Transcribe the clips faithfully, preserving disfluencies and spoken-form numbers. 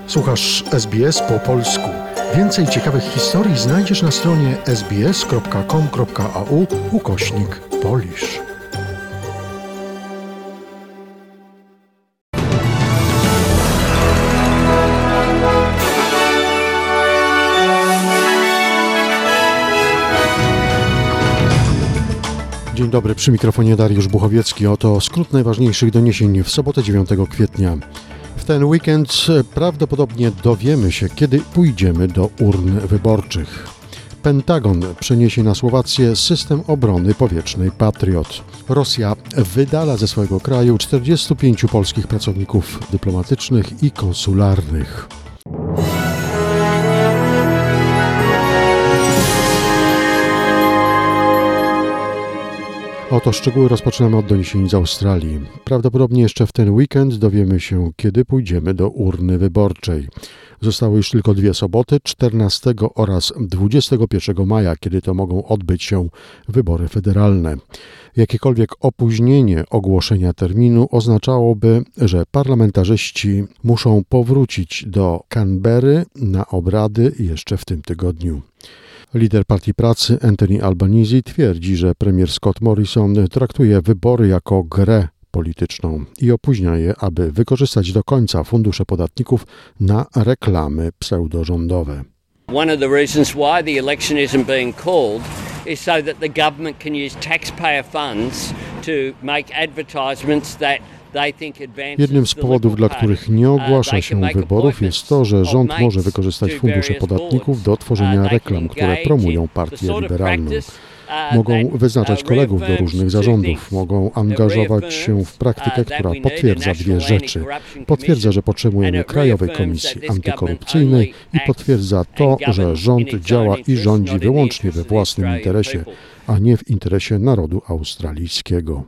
Słuchasz S B S po polsku. Więcej ciekawych historii znajdziesz na stronie sbs.com.au ukośnik Polish. Dzień dobry, przy mikrofonie Dariusz Buchowiecki. Oto skrót najważniejszych doniesień w sobotę dziewiątego kwietnia. W ten weekend prawdopodobnie dowiemy się, kiedy pójdziemy do urn wyborczych. Pentagon przeniesie na Słowację system obrony powietrznej Patriot. Rosja wydala ze swojego kraju czterdziestu pięciu polskich pracowników dyplomatycznych i konsularnych. Oto szczegóły rozpoczynamy od doniesień z Australii. Prawdopodobnie jeszcze w ten weekend dowiemy się, kiedy pójdziemy do urny wyborczej. Zostały już tylko dwie soboty, czternastego oraz dwudziestego pierwszego maja, kiedy to mogą odbyć się wybory federalne. Jakiekolwiek opóźnienie ogłoszenia terminu oznaczałoby, że parlamentarzyści muszą powrócić do Canberry na obrady jeszcze w tym tygodniu. Lider Partii Pracy Anthony Albanese twierdzi, że premier Scott Morrison traktuje wybory jako grę polityczną i opóźnia je, aby wykorzystać do końca fundusze podatników na reklamy pseudorządowe. One of the reasons why the election isn't being called is so that the government can use taxpayer funds to make advertisements that Jednym z powodów, dla których nie ogłasza się wyborów, jest to, że rząd może wykorzystać fundusze podatników do tworzenia reklam, które promują partię liberalną. Mogą wyznaczać kolegów do różnych zarządów, mogą angażować się w praktykę, która potwierdza dwie rzeczy. Potwierdza, że potrzebujemy Krajowej Komisji Antykorupcyjnej i potwierdza to, że rząd działa i rządzi wyłącznie we własnym interesie, a nie w interesie narodu australijskiego.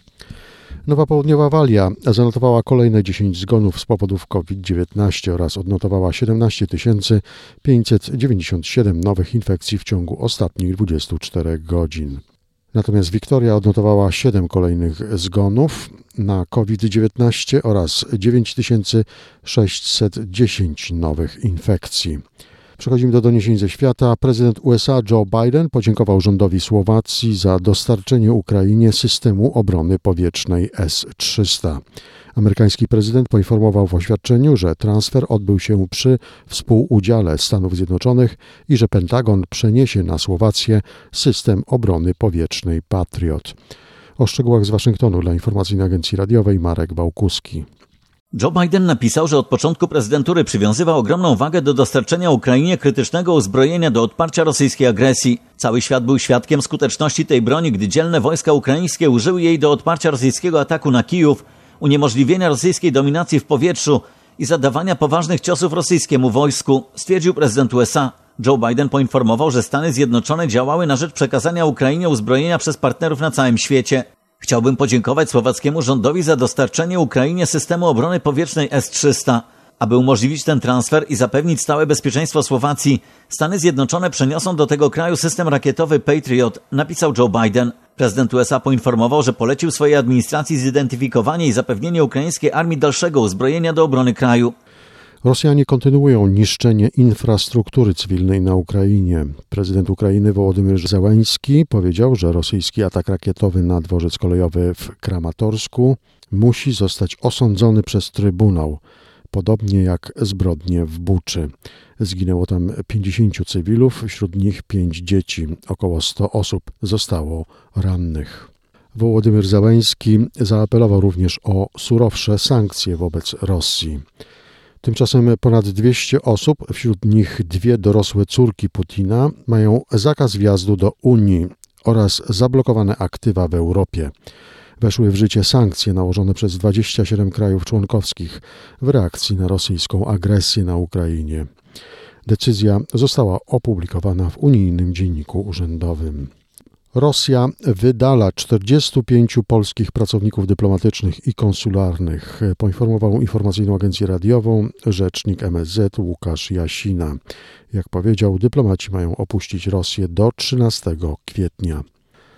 Nowa Południowa Walia zanotowała kolejne dziesięć zgonów z powodów COVID dziewiętnaście oraz odnotowała siedemnaście tysięcy pięćset dziewięćdziesiąt siedem nowych infekcji w ciągu ostatnich dwudziestu czterech godzin. Natomiast Wiktoria odnotowała siedem kolejnych zgonów na COVID dziewiętnaście oraz dziewięć tysięcy sześćset dziesięć nowych infekcji. Przechodzimy do doniesień ze świata. Prezydent U S A Joe Biden podziękował rządowi Słowacji za dostarczenie Ukrainie systemu obrony powietrznej S trzysta. Amerykański prezydent poinformował w oświadczeniu, że transfer odbył się przy współudziale Stanów Zjednoczonych i że Pentagon przeniesie na Słowację system obrony powietrznej Patriot. O szczegółach z Waszyngtonu dla informacyjnej agencji radiowej Marek Bałkuski. Joe Biden napisał, że od początku prezydentury przywiązywał ogromną wagę do dostarczenia Ukrainie krytycznego uzbrojenia do odparcia rosyjskiej agresji. Cały świat był świadkiem skuteczności tej broni, gdy dzielne wojska ukraińskie użyły jej do odparcia rosyjskiego ataku na Kijów, uniemożliwienia rosyjskiej dominacji w powietrzu i zadawania poważnych ciosów rosyjskiemu wojsku, stwierdził prezydent U S A. Joe Biden poinformował, że Stany Zjednoczone działały na rzecz przekazania Ukrainie uzbrojenia przez partnerów na całym świecie. Chciałbym podziękować słowackiemu rządowi za dostarczenie Ukrainie systemu obrony powietrznej S trzysta. Aby umożliwić ten transfer i zapewnić stałe bezpieczeństwo Słowacji, Stany Zjednoczone przeniosą do tego kraju system rakietowy Patriot, napisał Joe Biden. Prezydent U S A poinformował, że polecił swojej administracji zidentyfikowanie i zapewnienie ukraińskiej armii dalszego uzbrojenia do obrony kraju. Rosjanie kontynuują niszczenie infrastruktury cywilnej na Ukrainie. Prezydent Ukrainy Wołodymyr Zełenski powiedział, że rosyjski atak rakietowy na dworzec kolejowy w Kramatorsku musi zostać osądzony przez Trybunał, podobnie jak zbrodnie w Buczy. Zginęło tam pięćdziesięciu cywilów, wśród nich pięć dzieci. Około stu osób zostało rannych. Wołodymyr Zełenski zaapelował również o surowsze sankcje wobec Rosji. Tymczasem ponad dwieście osób, wśród nich dwie dorosłe córki Putina, mają zakaz wjazdu do Unii oraz zablokowane aktywa w Europie. Weszły w życie sankcje nałożone przez dwadzieścia siedem krajów członkowskich w reakcji na rosyjską agresję na Ukrainie. Decyzja została opublikowana w unijnym dzienniku urzędowym. Rosja wydala czterdziestu pięciu polskich pracowników dyplomatycznych i konsularnych, poinformował informacyjną agencję radiową rzecznik M S Z Łukasz Jasina. Jak powiedział, dyplomaci mają opuścić Rosję do trzynastego kwietnia.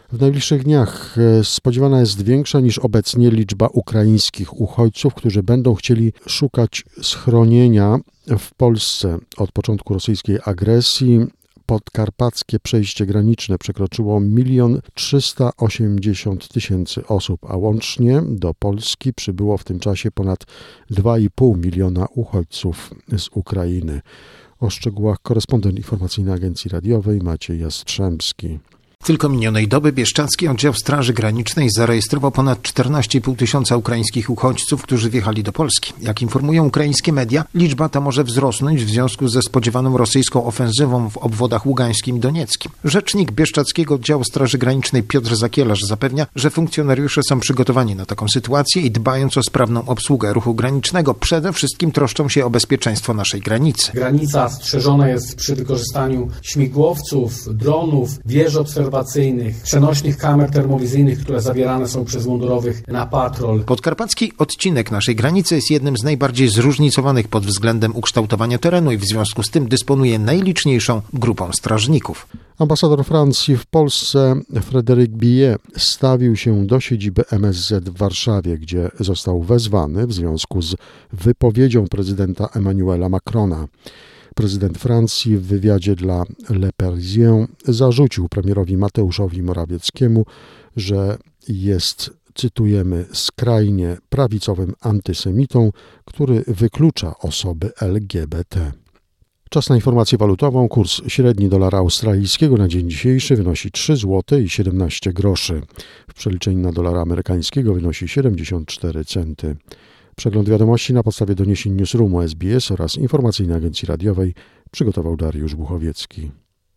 W najbliższych dniach spodziewana jest większa niż obecnie liczba ukraińskich uchodźców, którzy będą chcieli szukać schronienia w Polsce. Od początku rosyjskiej agresji podkarpackie przejście graniczne przekroczyło milion trzysta osiemdziesiąt tysięcy osób, a łącznie do Polski przybyło w tym czasie ponad dwa i pół miliona uchodźców z Ukrainy. O szczegółach korespondent informacyjny Agencji Radiowej Maciej Jastrzębski. Tylko minionej doby Bieszczadzki Oddział Straży Granicznej zarejestrował ponad czternaście i pół tysiąca ukraińskich uchodźców, którzy wjechali do Polski. Jak informują ukraińskie media, liczba ta może wzrosnąć w związku ze spodziewaną rosyjską ofensywą w obwodach ługańskim i donieckim. Rzecznik Bieszczadzkiego Oddziału Straży Granicznej Piotr Zakielarz zapewnia, że funkcjonariusze są przygotowani na taką sytuację i dbając o sprawną obsługę ruchu granicznego, przede wszystkim troszczą się o bezpieczeństwo naszej granicy. Granica strzeżona jest przy wykorzystaniu śmigłowców, dronów, wież obserwacyjnych, przenośnych kamer termowizyjnych, które zabierane są przez mundurowych na patrol. Podkarpacki odcinek naszej granicy jest jednym z najbardziej zróżnicowanych pod względem ukształtowania terenu i w związku z tym dysponuje najliczniejszą grupą strażników. Ambasador Francji w Polsce Frédéric Billet stawił się do siedziby M S Z w Warszawie, gdzie został wezwany w związku z wypowiedzią prezydenta Emmanuela Macrona. Prezydent Francji w wywiadzie dla Le Parisien zarzucił premierowi Mateuszowi Morawieckiemu, że jest, cytujemy, skrajnie prawicowym antysemitą, który wyklucza osoby L G B T. Czas na informację walutową. Kurs średni dolara australijskiego na dzień dzisiejszy wynosi trzy złote i siedemnaście groszy. W przeliczeniu na dolara amerykańskiego wynosi siedemdziesiąt cztery centy. Przegląd wiadomości na podstawie doniesień Newsroomu S B S oraz Informacyjnej Agencji Radiowej przygotował Dariusz Buchowiecki.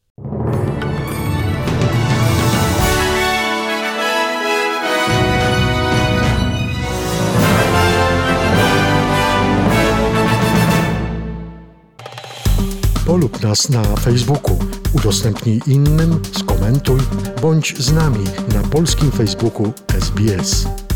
Polub nas na Facebooku, udostępnij innym, skomentuj, bądź z nami na polskim Facebooku S B S.